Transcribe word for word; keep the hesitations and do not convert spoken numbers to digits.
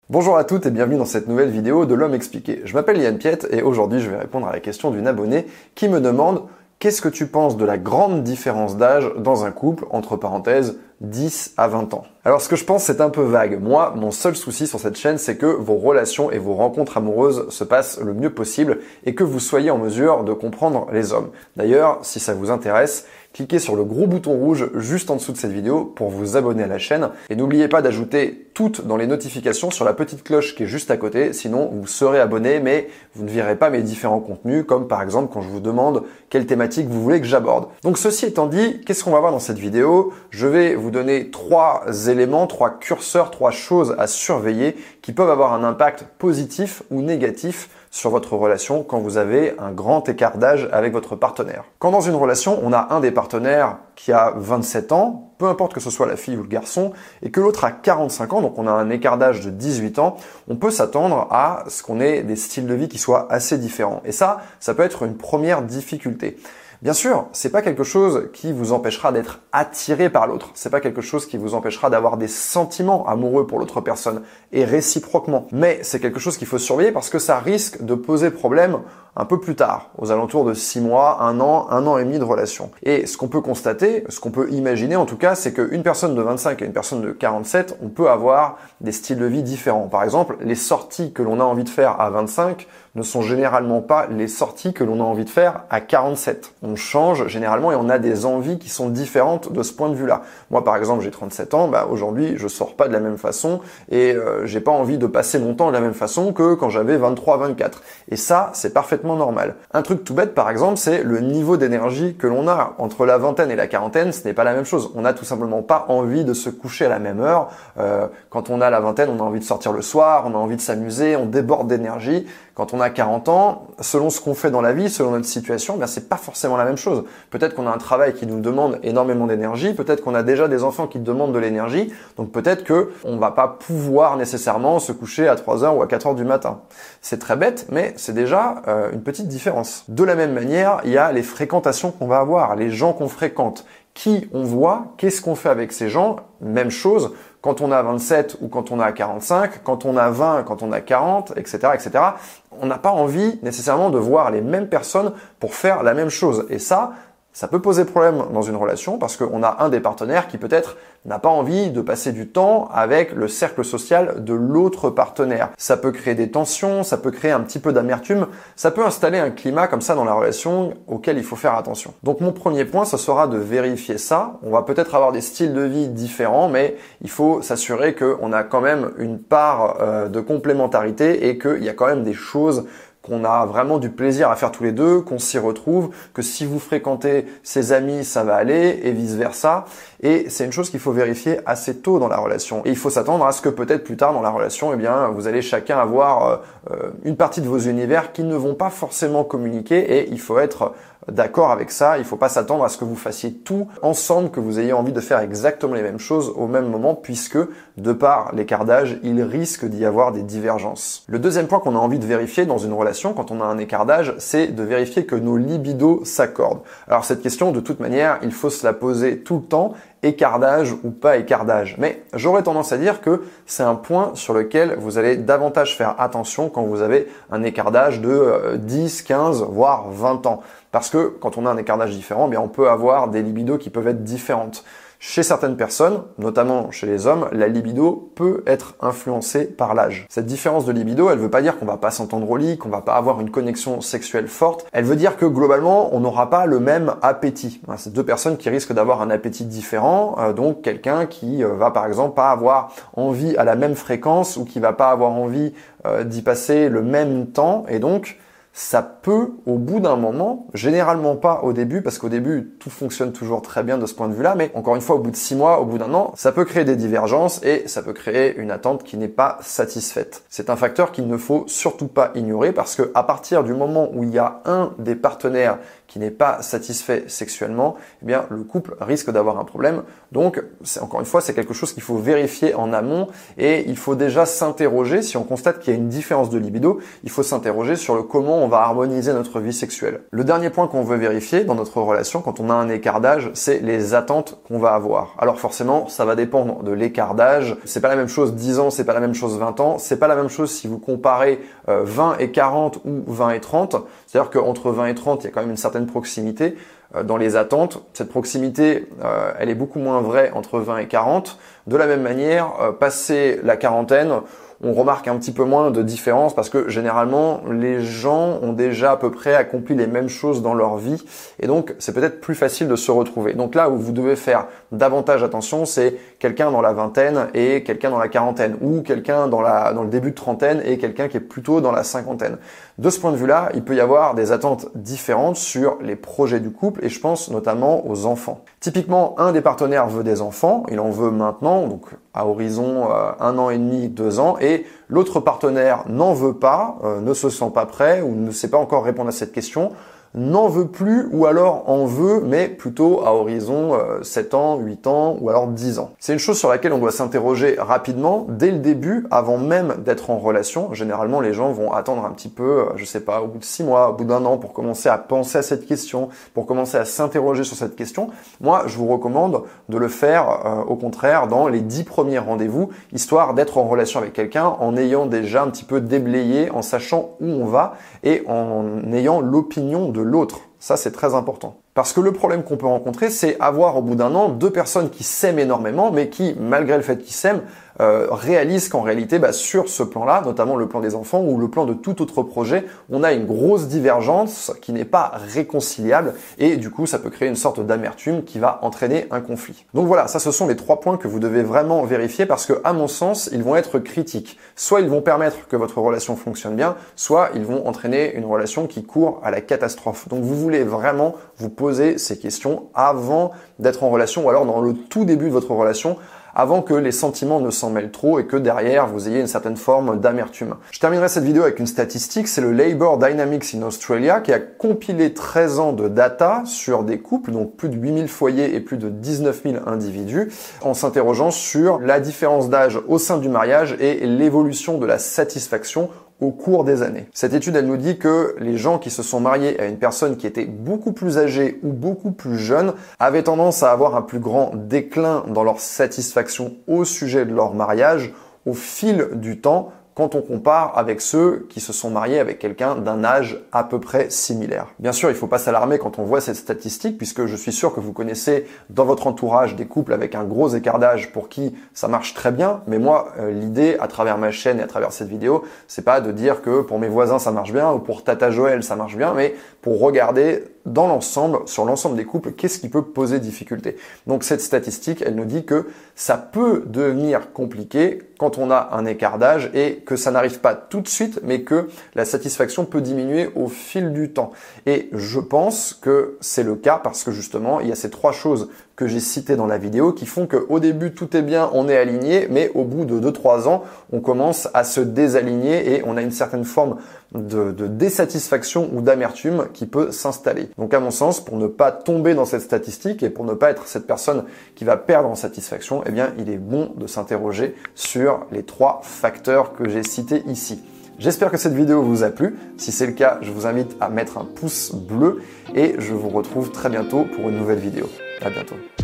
Bonjour à toutes et bienvenue dans cette nouvelle vidéo de l'Homme Expliqué. Je m'appelle Yann Piette et aujourd'hui je vais répondre à la question d'une abonnée qui me demande « Qu'est-ce que tu penses de la grande différence d'âge dans un couple, entre parenthèses, dix à vingt ans ?» Alors ce que je pense c'est un peu vague. Moi, mon seul souci sur cette chaîne, c'est que vos relations et vos rencontres amoureuses se passent le mieux possible et que vous soyez en mesure de comprendre les hommes. D'ailleurs, si ça vous intéresse, cliquez sur le gros bouton rouge juste en dessous de cette vidéo pour vous abonner à la chaîne. Et n'oubliez pas d'ajouter toutes dans les notifications sur la petite cloche qui est juste à côté, sinon vous serez abonné mais vous ne verrez pas mes différents contenus, comme par exemple quand je vous demande quelle thématique vous voulez que j'aborde. Donc ceci étant dit, qu'est-ce qu'on va voir dans cette vidéo? Je vais vous donner trois éléments, trois curseurs, trois choses à surveiller qui peuvent avoir un impact positif ou négatif sur votre relation quand vous avez un grand écart d'âge avec votre partenaire. Quand dans une relation, on a un des partenaires qui a vingt-sept ans, peu importe que ce soit la fille ou le garçon, et que l'autre a quarante-cinq ans, donc on a un écart d'âge de dix-huit ans, on peut s'attendre à ce qu'on ait des styles de vie qui soient assez différents. Et ça, ça peut être une première difficulté. Bien sûr, c'est pas quelque chose qui vous empêchera d'être attiré par l'autre. C'est pas quelque chose qui vous empêchera d'avoir des sentiments amoureux pour l'autre personne et réciproquement. Mais c'est quelque chose qu'il faut surveiller parce que ça risque de poser problème un peu plus tard, aux alentours de six mois, un an, un an et demi de relation. Et ce qu'on peut constater, ce qu'on peut imaginer en tout cas, c'est qu'une personne de vingt-cinq et une personne de quarante-sept, on peut avoir des styles de vie différents. Par exemple, les sorties que l'on a envie de faire à vingt-cinq ne sont généralement pas les sorties que l'on a envie de faire à quarante-sept. On change généralement et on a des envies qui sont différentes de ce point de vue-là. Moi, par exemple, j'ai trente-sept ans, bah, aujourd'hui, je sors pas de la même façon et euh, j'ai pas envie de passer mon temps de la même façon que quand j'avais vingt-trois, vingt-quatre. Et ça, c'est parfaitement normal. Un truc tout bête, par exemple, c'est le niveau d'énergie que l'on a entre la vingtaine et la quarantaine. Ce n'est pas la même chose. On n'a tout simplement pas envie de se coucher à la même heure. Euh, quand on a la vingtaine, on a envie de sortir le soir, on a envie de s'amuser, on déborde d'énergie. Quand on a quarante ans, selon ce qu'on fait dans la vie, selon notre situation, ben c'est pas forcément la même chose. Peut-être qu'on a un travail qui nous demande énormément d'énergie, peut-être qu'on a déjà des enfants qui demandent de l'énergie, donc peut-être que on va pas pouvoir nécessairement se coucher à trois heures ou à quatre heures du matin. C'est très bête, mais c'est déjà euh, une petite différence. De la même manière, il y a les fréquentations qu'on va avoir, les gens qu'on fréquente, qui on voit, qu'est-ce qu'on fait avec ces gens, même chose. Quand on a vingt-sept ou quand on a quarante-cinq, quand on a vingt, quand on a quarante, et cetera, et cetera. On n'a pas envie nécessairement de voir les mêmes personnes pour faire la même chose. Et ça, ça peut poser problème dans une relation parce qu'on a un des partenaires qui peut-être n'a pas envie de passer du temps avec le cercle social de l'autre partenaire. Ça peut créer des tensions, ça peut créer un petit peu d'amertume, ça peut installer un climat comme ça dans la relation auquel il faut faire attention. Donc mon premier point, ce sera de vérifier ça. On va peut-être avoir des styles de vie différents, mais il faut s'assurer qu'on a quand même une part euh, de complémentarité et qu'il y a quand même des choses qu'on a vraiment du plaisir à faire tous les deux, qu'on s'y retrouve, que si vous fréquentez ses amis, ça va aller, et vice-versa. Et c'est une chose qu'il faut vérifier assez tôt dans la relation. Et il faut s'attendre à ce que peut-être plus tard dans la relation, eh bien, vous allez chacun avoir euh, une partie de vos univers qui ne vont pas forcément communiquer et il faut être d'accord avec ça. Il faut pas s'attendre à ce que vous fassiez tout ensemble, que vous ayez envie de faire exactement les mêmes choses au même moment, puisque de par l'écart d'âge, il risque d'y avoir des divergences. Le deuxième point qu'on a envie de vérifier dans une relation, quand on a un écart d'âge, c'est de vérifier que nos libidos s'accordent. Alors cette question, de toute manière, il faut se la poser tout le temps, écart d'âge ou pas écart d'âge. Mais j'aurais tendance à dire que c'est un point sur lequel vous allez davantage faire attention quand vous avez un écart d'âge de dix, quinze, voire vingt ans. Parce que quand on a un écart d'âge différent, eh bien on peut avoir des libidos qui peuvent être différentes. Chez certaines personnes, notamment chez les hommes, la libido peut être influencée par l'âge. Cette différence de libido, elle veut pas dire qu'on va pas s'entendre au lit, qu'on va pas avoir une connexion sexuelle forte. Elle veut dire que globalement, on n'aura pas le même appétit. C'est deux personnes qui risquent d'avoir un appétit différent, euh, donc quelqu'un qui euh, va par exemple pas avoir envie à la même fréquence ou qui va pas avoir envie euh, d'y passer le même temps, et donc ça peut, au bout d'un moment, généralement pas au début, parce qu'au début, tout fonctionne toujours très bien de ce point de vue-là, mais encore une fois, au bout de six mois, au bout d'un an, ça peut créer des divergences et ça peut créer une attente qui n'est pas satisfaite. C'est un facteur qu'il ne faut surtout pas ignorer parce que à partir du moment où il y a un des partenaires qui n'est pas satisfait sexuellement, eh bien, le couple risque d'avoir un problème. Donc, c'est, encore une fois, c'est quelque chose qu'il faut vérifier en amont et il faut déjà s'interroger, si on constate qu'il y a une différence de libido, il faut s'interroger sur le comment on on va harmoniser notre vie sexuelle. Le dernier point qu'on veut vérifier dans notre relation quand on a un écart d'âge, c'est les attentes qu'on va avoir. Alors forcément, ça va dépendre de l'écart d'âge. C'est pas la même chose dix ans, c'est pas la même chose vingt ans, c'est pas la même chose si vous comparez euh, vingt et quarante ou vingt et trente. C'est-à-dire qu'entre vingt et trente, il y a quand même une certaine proximité euh, dans les attentes. Cette proximité, euh, elle est beaucoup moins vraie entre vingt et quarante. De la même manière, euh, passer la quarantaine, on remarque un petit peu moins de différence parce que généralement, les gens ont déjà à peu près accompli les mêmes choses dans leur vie et donc c'est peut-être plus facile de se retrouver. Donc là où vous devez faire davantage attention, c'est quelqu'un dans la vingtaine et quelqu'un dans la quarantaine ou quelqu'un dans la dans le début de trentaine et quelqu'un qui est plutôt dans la cinquantaine. De ce point de vue-là, il peut y avoir des attentes différentes sur les projets du couple et je pense notamment aux enfants. Typiquement, un des partenaires veut des enfants, il en veut maintenant, donc à horizon euh, un an et demi, deux ans, et l'autre partenaire n'en veut pas, euh, ne se sent pas prêt ou ne sait pas encore répondre à cette question, n'en veut plus ou alors en veut, mais plutôt à horizon euh, sept ans, huit ans ou alors dix ans. C'est une chose sur laquelle on doit s'interroger rapidement, dès le début, avant même d'être en relation. Généralement, les gens vont attendre un petit peu, euh, je sais pas, au bout de six mois, au bout d'un an pour commencer à penser à cette question, pour commencer à s'interroger sur cette question. Moi, je vous recommande de le faire euh, au contraire dans les dix premiers rendez-vous, histoire d'être en relation avec quelqu'un en ayant déjà un petit peu déblayé, en sachant où on va et en ayant l'opinion de l'autre. Ça, c'est très important. Parce que le problème qu'on peut rencontrer, c'est avoir au bout d'un an deux personnes qui s'aiment énormément, mais qui, malgré le fait qu'ils s'aiment, euh, réalisent qu'en réalité, bah, sur ce plan-là, notamment le plan des enfants ou le plan de tout autre projet, on a une grosse divergence qui n'est pas réconciliable et du coup, ça peut créer une sorte d'amertume qui va entraîner un conflit. Donc voilà, ça, ce sont les trois points que vous devez vraiment vérifier parce que, à mon sens, ils vont être critiques. Soit ils vont permettre que votre relation fonctionne bien, soit ils vont entraîner une relation qui court à la catastrophe. Donc vous voulez vraiment vous poser ces questions avant d'être en relation ou alors dans le tout début de votre relation, avant que les sentiments ne s'en mêlent trop et que derrière vous ayez une certaine forme d'amertume. Je terminerai cette vidéo avec une statistique, c'est le Labour Dynamics in Australia qui a compilé treize ans de data sur des couples, donc plus de huit mille foyers et plus de dix-neuf mille individus, en s'interrogeant sur la différence d'âge au sein du mariage et l'évolution de la satisfaction au cours des années. Cette étude, elle nous dit que les gens qui se sont mariés à une personne qui était beaucoup plus âgée ou beaucoup plus jeune avaient tendance à avoir un plus grand déclin dans leur satisfaction au sujet de leur mariage au fil du temps quand on compare avec ceux qui se sont mariés avec quelqu'un d'un âge à peu près similaire. Bien sûr, il ne faut pas s'alarmer quand on voit cette statistique, puisque je suis sûr que vous connaissez dans votre entourage des couples avec un gros écart d'âge pour qui ça marche très bien, mais moi, euh, l'idée à travers ma chaîne et à travers cette vidéo, c'est pas de dire que pour mes voisins ça marche bien ou pour Tata Joël ça marche bien, mais pour regarder dans l'ensemble, sur l'ensemble des couples, qu'est-ce qui peut poser difficulté. Donc cette statistique, elle nous dit que ça peut devenir compliqué quand on a un écart d'âge et que ça n'arrive pas tout de suite, mais que la satisfaction peut diminuer au fil du temps. Et je pense que c'est le cas parce que justement, il y a ces trois choses que j'ai citées dans la vidéo qui font qu'au début, tout est bien, on est aligné, mais au bout de deux trois ans, on commence à se désaligner et on a une certaine forme de, de désatisfaction ou d'amertume qui peut s'installer. Donc à mon sens, pour ne pas tomber dans cette statistique et pour ne pas être cette personne qui va perdre en satisfaction, eh bien, il est bon de s'interroger sur les trois facteurs que j'ai cités ici. J'espère que cette vidéo vous a plu. Si c'est le cas, je vous invite à mettre un pouce bleu et je vous retrouve très bientôt pour une nouvelle vidéo. À bientôt.